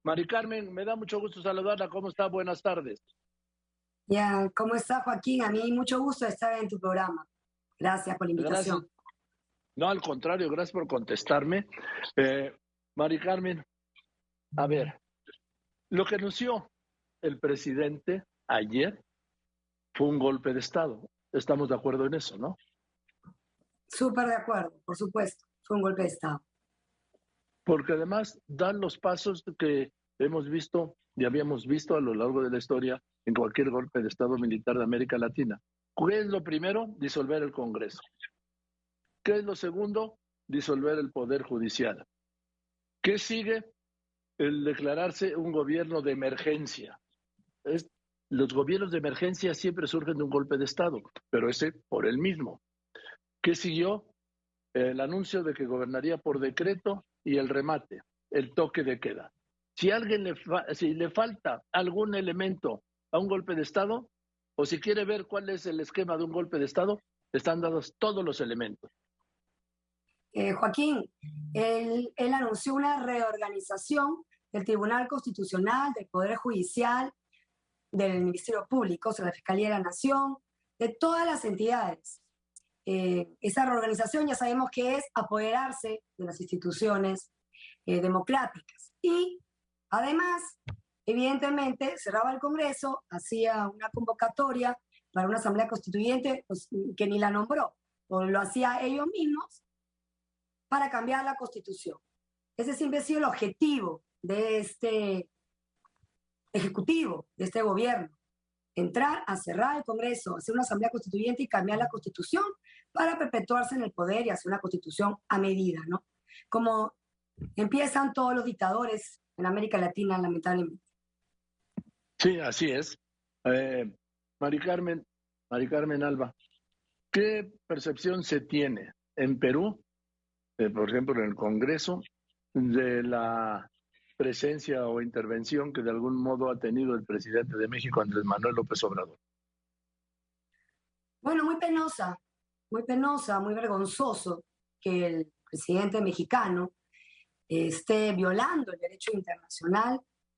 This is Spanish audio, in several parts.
Mari Carmen, me da mucho gusto saludarla. ¿Cómo está? Buenas tardes. Ya, ¿cómo está Joaquín? A mí mucho gusto estar en tu programa. Gracias por la Gracias. invitación. No, al contrario, gracias por contestarme. Eh, Mari Carmen, a ver, lo que anunció el presidente ayer fue un golpe de Estado. Estamos de acuerdo en eso, ¿no? Súper de acuerdo, por supuesto. Fue un golpe de Estado. Porque además dan los pasos que hemos visto y habíamos visto a lo largo de la historia en cualquier golpe de Estado militar de América Latina. ¿Qué es lo primero? Disolver el Congreso. ¿Qué es lo segundo? Disolver el Poder Judicial. ¿Qué sigue? El declararse un gobierno de emergencia. Los gobiernos de emergencia siempre surgen de un golpe de Estado, pero ese por él mismo. ¿Qué siguió? El anuncio de que gobernaría por decreto y el remate, el toque de queda. Si a alguien si le falta algún elemento a un golpe de Estado, o si quiere ver cuál es el esquema de un golpe de Estado, están dados todos los elementos. Joaquín, él anunció una reorganización del Tribunal Constitucional, del Poder Judicial, del Ministerio Público, o sea, la Fiscalía de la Nación, de todas las entidades. Esa reorganización ya sabemos que es apoderarse de las instituciones democráticas. Y además, evidentemente, cerraba el Congreso, hacía una convocatoria para una asamblea constituyente pues, que ni la nombró, o lo hacía ellos mismos para cambiar la Constitución. Ese siempre ha sido el objetivo de este ejecutivo, de este gobierno. Entrar a cerrar el Congreso, hacer una asamblea constituyente y cambiar la Constitución para perpetuarse en el poder y hacer una Constitución a medida, ¿no? Como empiezan todos los dictadores en América Latina, lamentablemente. Sí, así es. Eh, Mari Carmen, Mari Carmen Alba, ¿qué percepción se tiene en Perú, por ejemplo, en el Congreso, de la presencia o intervención que de algún modo ha tenido el presidente de México, Andrés Manuel López Obrador? Bueno, muy penosa, muy vergonzoso que el presidente mexicano esté violando el derecho internacional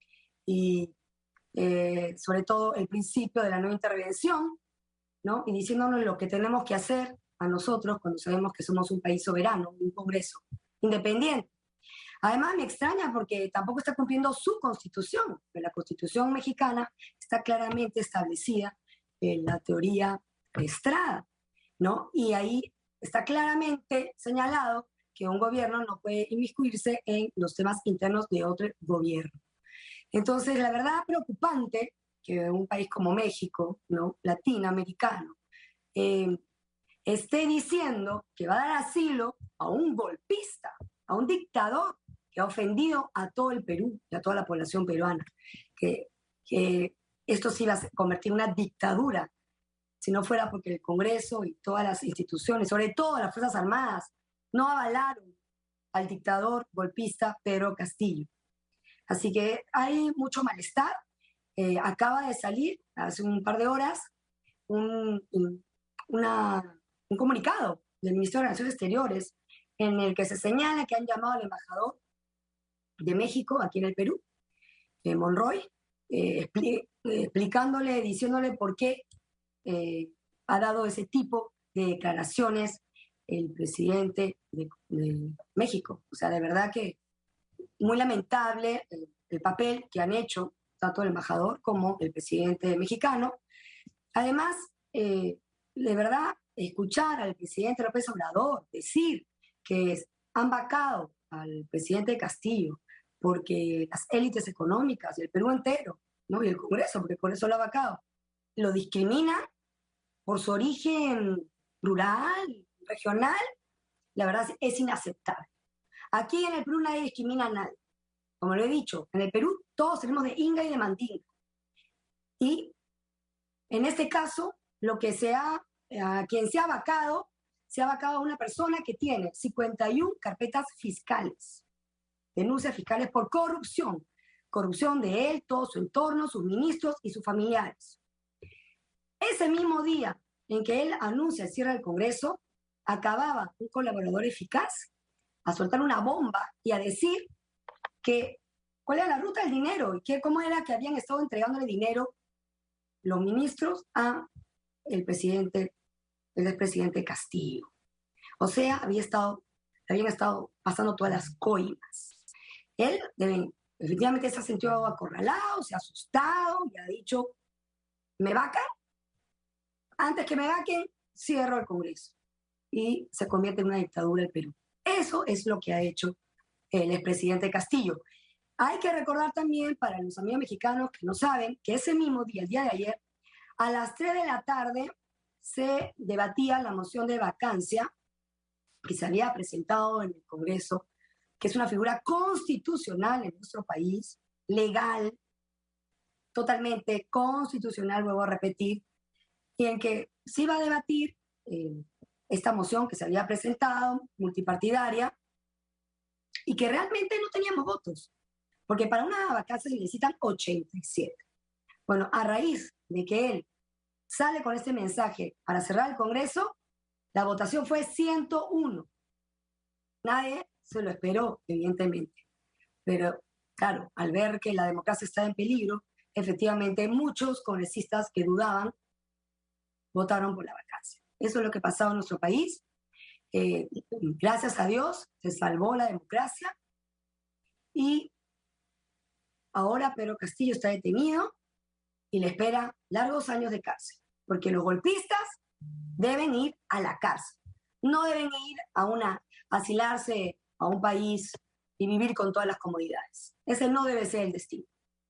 y sobre todo el principio de la no intervención, ¿no? Y diciéndonos lo que tenemos que hacer a nosotros cuando sabemos que somos un país soberano, un Congreso independiente. Además, me extraña porque tampoco está cumpliendo su constitución, que la constitución mexicana está claramente establecida en la teoría de Estrada, ¿no? Y ahí está claramente señalado que un gobierno no puede inmiscuirse en los temas internos de otro gobierno. Entonces, la verdad preocupante que un país como México, ¿no? Latinoamericano, eh, esté diciendo que va a dar asilo a un golpista, a un dictador que ha ofendido a todo el Perú y a toda la población peruana, que esto sí va a convertir en una dictadura, si no fuera porque el Congreso y todas las instituciones, sobre todo las Fuerzas Armadas, no avalaron al dictador golpista Pedro Castillo. Así que hay mucho malestar. Acaba de salir hace un par de horas un, una, un comunicado del Ministerio de Relaciones Exteriores en el que se señala que han llamado al embajador de México aquí en el Perú, Monroy, explicándole, diciéndole por qué ha dado ese tipo de declaraciones el presidente de México. O sea, de verdad que muy lamentable el papel que han hecho tanto el embajador como el presidente mexicano. Además, de verdad, escuchar al presidente López Obrador decir que han vacado al presidente Castillo porque las élites económicas y el Perú entero, ¿no? Y el Congreso, porque el Congreso lo ha vacado, lo discrimina por su origen rural, regional, la verdad es inaceptable. Aquí en el Perú nadie discrimina a nadie. Como lo he dicho, en el Perú todos tenemos de Inga y de Mandinga. Y en este caso, lo que a quien se ha vacado a una persona que tiene 51 carpetas fiscales, denuncias fiscales por corrupción, corrupción de él, todo su entorno, sus ministros y sus familiares. Ese mismo día en que él anuncia el cierre del Congreso, acababa un colaborador eficaz a soltar una bomba y a decir que cuál era la ruta del dinero y cómo era que habían estado entregándole dinero los ministros a el expresidente Castillo. O sea, habían estado pasando todas las coimas. Él efectivamente se ha sentido acorralado, se ha asustado y ha dicho, ¿me vacan? Antes que me vaquen, cierro el Congreso. Y se convierte en una dictadura el Perú. Eso es lo que ha hecho el expresidente Castillo. Hay que recordar también para los amigos mexicanos que no saben que ese mismo día, el día de ayer, a las 3 de la tarde se debatía la moción de vacancia que se había presentado en el Congreso, que es una figura constitucional en nuestro país, legal, totalmente constitucional, vuelvo a repetir, y en que se iba a debatir esta moción que se había presentado, multipartidaria, y que realmente no teníamos votos, porque para una vacancia se necesitan 87. Bueno, a raíz de que él sale con este mensaje para cerrar el Congreso, la votación fue 101. Nadie se lo esperó, evidentemente. Pero, claro, al ver que la democracia está en peligro, efectivamente muchos congresistas que dudaban votaron por la vacancia. Eso es lo que pasaba en nuestro país. Gracias a Dios se salvó la democracia y ahora Pedro Castillo está detenido y le espera largos años de cárcel, porque los golpistas deben ir a la cárcel, no deben ir a asilarse a un país y vivir con todas las comodidades. Ese no debe ser el destino.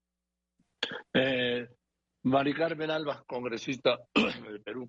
Mari Carmen Alba, congresista de Perú.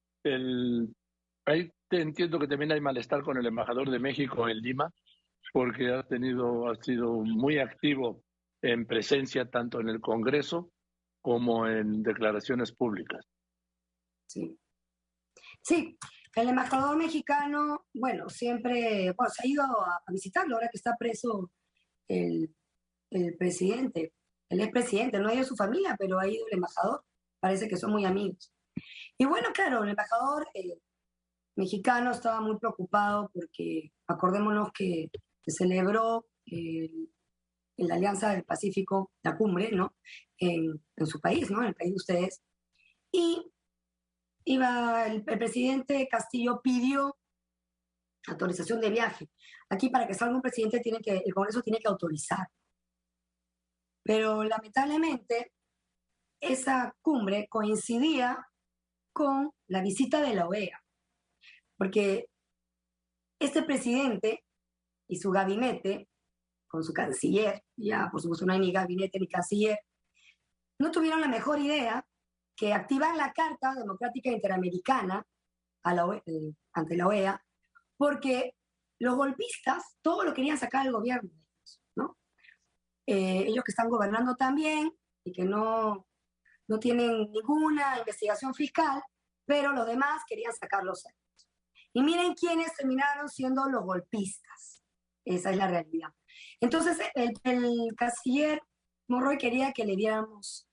Ahí te entiendo que también hay malestar con el embajador de México en Lima, porque ha sido muy activo en presencia tanto en el Congreso como en declaraciones públicas. Sí. Sí, el embajador mexicano, bueno, siempre, se ha ido a visitarlo ahora que está preso el presidente, el expresidente, no ha ido su familia, pero ha ido el embajador, parece que son muy amigos. Y bueno, claro, el embajador mexicano estaba muy preocupado porque acordémonos que se celebró la Alianza del Pacífico, la cumbre, ¿no? En su país, ¿no? En el país de ustedes. Y el presidente Castillo pidió autorización de viaje. Aquí para que salga un presidente el Congreso tiene que autorizar. Pero lamentablemente esa cumbre coincidía con la visita de la OEA, porque este presidente y su gabinete, con su canciller, ya por supuesto no hay ni gabinete ni canciller, no tuvieron la mejor idea que activar la Carta Democrática Interamericana ante la OEA, porque los golpistas todo lo querían sacar del gobierno, ¿no? Ellos que están gobernando también y que no tienen ninguna investigación fiscal, pero los demás querían sacarlos a ellos. Y miren quiénes terminaron siendo los golpistas. Esa es la realidad. Entonces, el canciller Monroy quería que le diéramos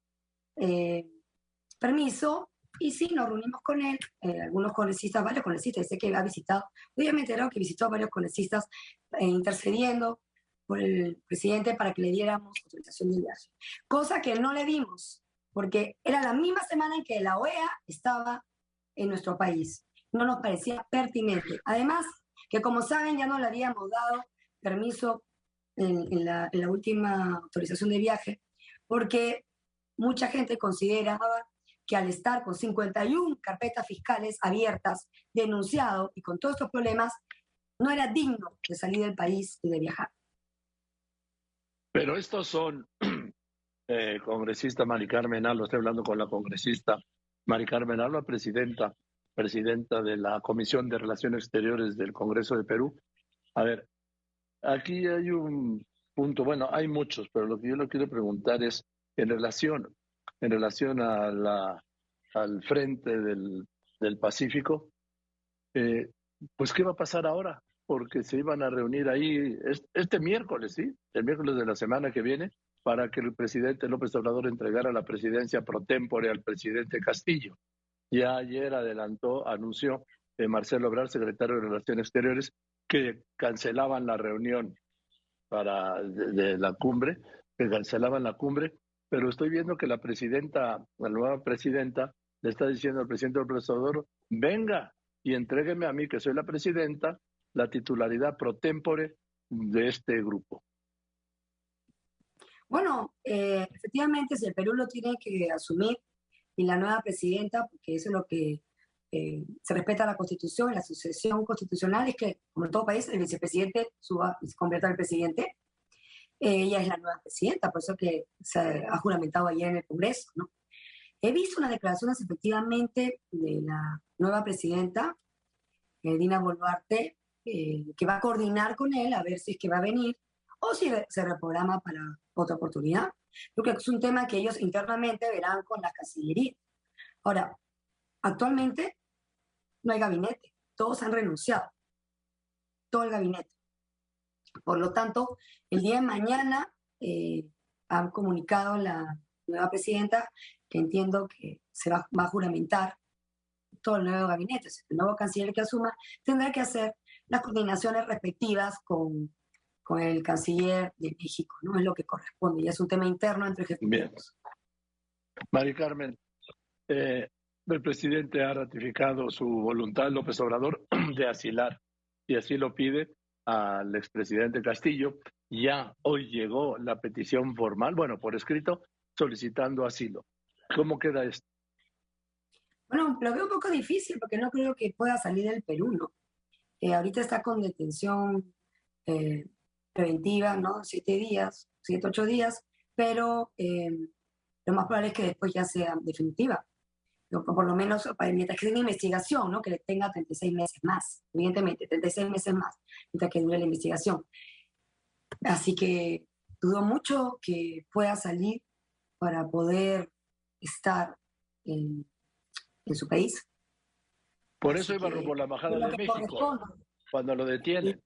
permiso, y sí, nos reunimos con él, algunos congresistas, varios congresistas, sé que ha visitado, hoy me he enterado que visitó a varios congresistas intercediendo por el presidente para que le diéramos autorización de viaje, cosa que no le dimos, porque era la misma semana en que la OEA estaba en nuestro país. No nos parecía pertinente. Además, que como saben, ya no le habíamos dado permiso en la última autorización de viaje, porque mucha gente consideraba que al estar con 51 carpetas fiscales abiertas, denunciado y con todos estos problemas, no era digno de salir del país y de viajar. Pero estos son, congresista Mari Carmen Alba, estoy hablando con la congresista Mari Carmen Alba, presidenta de la Comisión de Relaciones Exteriores del Congreso de Perú. A ver, aquí hay un punto, bueno, hay muchos, pero lo que yo le quiero preguntar es en relación al frente del Pacífico, pues ¿qué va a pasar ahora? Porque se iban a reunir ahí este miércoles, ¿sí? El miércoles de la semana que viene, para que el presidente López Obrador entregara la presidencia pro tempore al presidente Castillo. Ya ayer anunció Marcelo Ebrard, secretario de Relaciones Exteriores, que cancelaban la reunión. de la cumbre, que cancelaban la cumbre, pero estoy viendo que la nueva presidenta, le está diciendo al presidente López Obrador, venga y entrégueme a mí, que soy la presidenta, la titularidad pro tempore de este grupo. Bueno, efectivamente, si el Perú lo tiene que asumir y la nueva presidenta, porque eso es lo que se respeta la Constitución, la sucesión constitucional es que, como en todo país, el vicepresidente suba y se convierta en presidente. Ella es la nueva presidenta, por eso que se ha juramentado ayer en el Congreso, ¿no? He visto unas declaraciones efectivamente de la nueva presidenta, Dina Boluarte, que va a coordinar con él a ver si es que va a venir o si se reprograma para otra oportunidad. Yo creo que es un tema que ellos internamente verán con la Cancillería. Ahora, actualmente no hay gabinete, todos han renunciado, todo el gabinete. Por lo tanto, el día de mañana han comunicado la nueva presidenta que entiendo que se va a juramentar todo el nuevo gabinete. El nuevo canciller que asuma tendrá que hacer las coordinaciones respectivas con el canciller de México, ¿no? Es lo que corresponde, ya es un tema interno entre ejecutivos. Bien. Mari Carmen, el presidente ha ratificado su voluntad, López Obrador, de asilar, y así lo pide al expresidente Castillo. Ya hoy llegó la petición formal, bueno, por escrito, solicitando asilo. ¿Cómo queda esto? Bueno, lo veo un poco difícil porque no creo que pueda salir del Perú, ¿no? Ahorita está con detención preventiva, ¿no? 7, 8 días, pero lo más probable es que después ya sea definitiva. Por lo menos mientras que tenga investigación, ¿no? Que le tenga 36 meses más, evidentemente, 36 meses más, mientras que dure la investigación. Así que dudo mucho que pueda salir para poder estar en su país. Por eso iba rumbo a la Embajada de México, cuando lo detienen.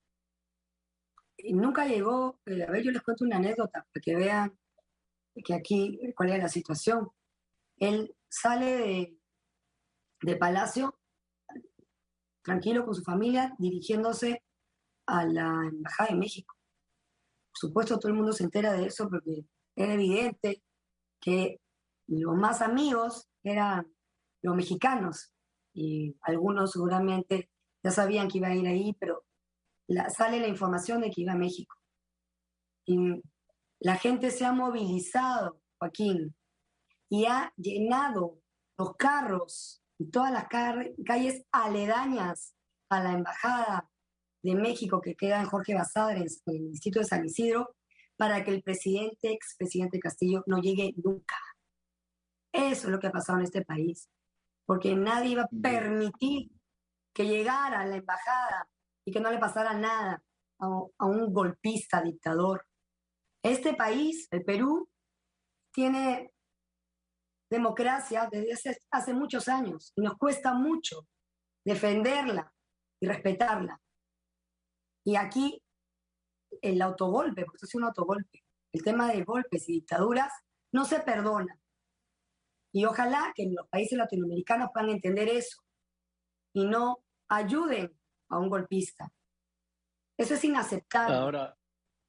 Y nunca llegó, a ver, yo les cuento una anécdota para que vean que aquí cuál es la situación. Él sale de Palacio tranquilo con su familia dirigiéndose a la Embajada de México. Por supuesto, todo el mundo se entera de eso porque era evidente que los más amigos eran los mexicanos y algunos seguramente ya sabían que iba a ir ahí, pero sale la información de que iba a México. Y la gente se ha movilizado, Joaquín, y ha llenado los carros y todas las calles aledañas a la Embajada de México que queda en Jorge Basadres, en el distrito de San Isidro, para que el expresidente Castillo no llegue nunca. Eso es lo que ha pasado en este país, porque nadie iba a permitir que llegara a la embajada y que no le pasara nada a un golpista, dictador. Este país, el Perú, tiene democracia desde hace muchos años y nos cuesta mucho defenderla y respetarla. Y aquí el autogolpe, porque esto es un autogolpe, el tema de golpes y dictaduras no se perdona. Y ojalá que los países latinoamericanos puedan entender eso y no ayuden a un golpista. Eso es inaceptable. Ahora,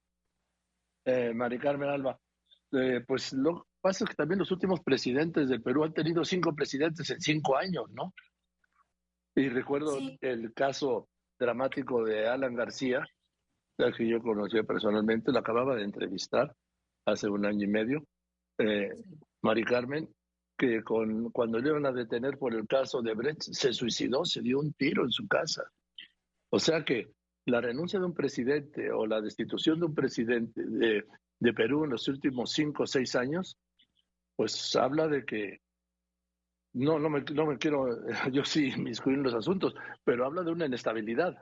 Mari Carmen Alba, pues lo que pasa es que también los últimos presidentes del Perú han tenido 5 presidentes en 5 años, ¿no? Y recuerdo el caso dramático de Alan García, al que yo conocí personalmente, lo acababa de entrevistar hace 1 año y medio, Mari Carmen, que cuando le iban a detener por el caso de Brecht, se suicidó, se dio un tiro en su casa. O sea que la renuncia de un presidente o la destitución de un presidente de Perú en los últimos 5 o 6 años, pues habla de que, no me quiero yo sí inmiscuir en los asuntos, pero habla de una inestabilidad.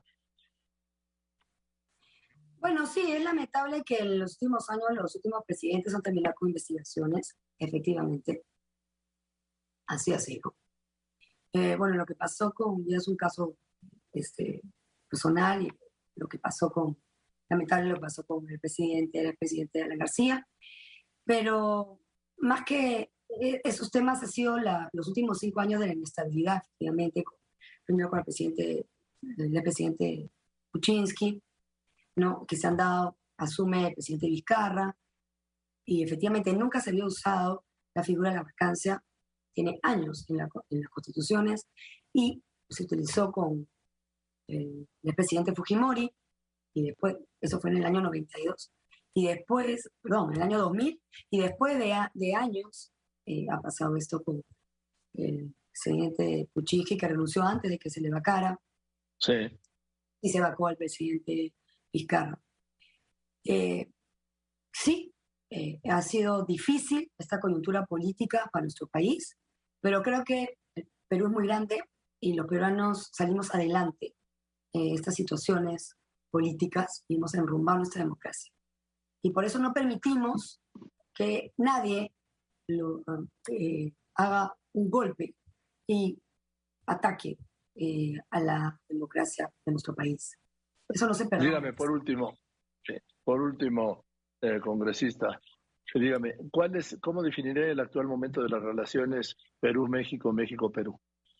Bueno, sí, es lamentable que en los últimos años los últimos presidentes han terminado con investigaciones, efectivamente. Así ha sido. Bueno, lo que pasó ya es un caso personal, y lo que pasó lamentable lo que pasó con el presidente Alan García, pero más que esos temas ha sido los últimos 5 años de la inestabilidad, efectivamente, primero con el presidente Kuczynski, ¿no? Que se han dado asume el presidente Vizcarra y efectivamente nunca se había usado la figura de la vacancia, tiene años en las constituciones y se utilizó con el presidente Fujimori y después, eso fue en el año 92, y después, perdón, en el año 2000, y después de años ha pasado esto con el presidente Kuczynski, que renunció antes de que se le vacara, Sí. y se vacó al presidente Vizcarra. Sí, ha sido difícil esta coyuntura política para nuestro país, pero creo que el Perú es muy grande y los peruanos salimos adelante en estas situaciones políticas y hemos enrumbado nuestra democracia. Y por eso no permitimos que nadie haga un golpe y ataque a la democracia de nuestro país. Eso no se perdona. Dígame, por último, congresista, dígame, ¿cómo definiré el actual momento de las relaciones Perú-México, México-Perú?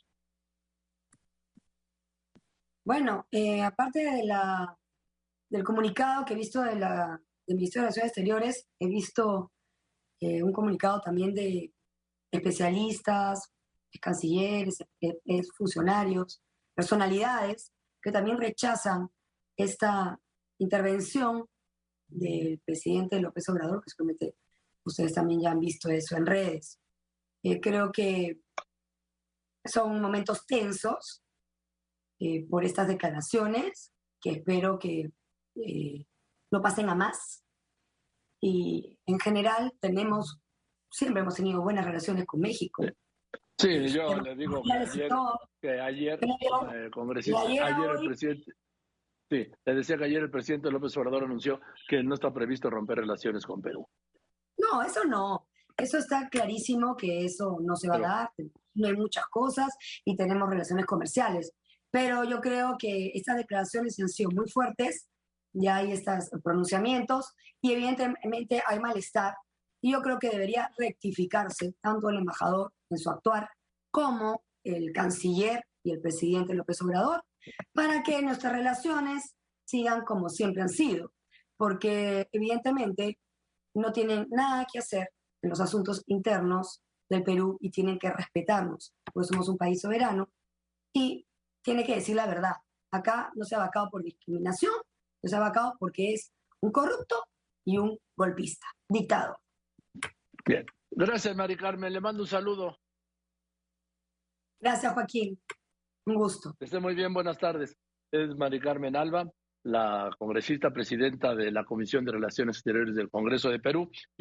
Bueno, aparte del comunicado que he visto del Ministerio de Relaciones Exteriores, he visto un comunicado también de especialistas, cancilleres, funcionarios, personalidades que también rechazan esta intervención del presidente López Obrador, que seguramente ustedes también ya han visto eso en redes. Creo que son momentos tensos por estas declaraciones, que espero que no pasen a más. Y en general siempre hemos tenido buenas relaciones con México. Sí, yo le digo que ayer, congresista, ayer el presidente, sí, le decía que ayer el presidente López Obrador anunció que no está previsto romper relaciones con Perú. No, eso no. Eso está clarísimo que eso no se va a dar. No hay muchas cosas y tenemos relaciones comerciales. Pero yo creo que estas declaraciones han sido muy fuertes, ya hay estos pronunciamientos y evidentemente hay malestar. Y yo creo que debería rectificarse tanto el embajador en su actuar como el canciller y el presidente López Obrador para que nuestras relaciones sigan como siempre han sido. Porque evidentemente no tienen nada que hacer en los asuntos internos del Perú y tienen que respetarnos, porque somos un país soberano y tiene que decir la verdad. Acá no se ha vacado por discriminación, no se ha vacado porque es un corrupto y un golpista, dictador. Bien. Gracias, Mari Carmen. Le mando un saludo. Gracias, Joaquín. Un gusto. Que esté muy bien. Buenas tardes. Es Mari Carmen Alba, la congresista presidenta de la Comisión de Relaciones Exteriores del Congreso de Perú.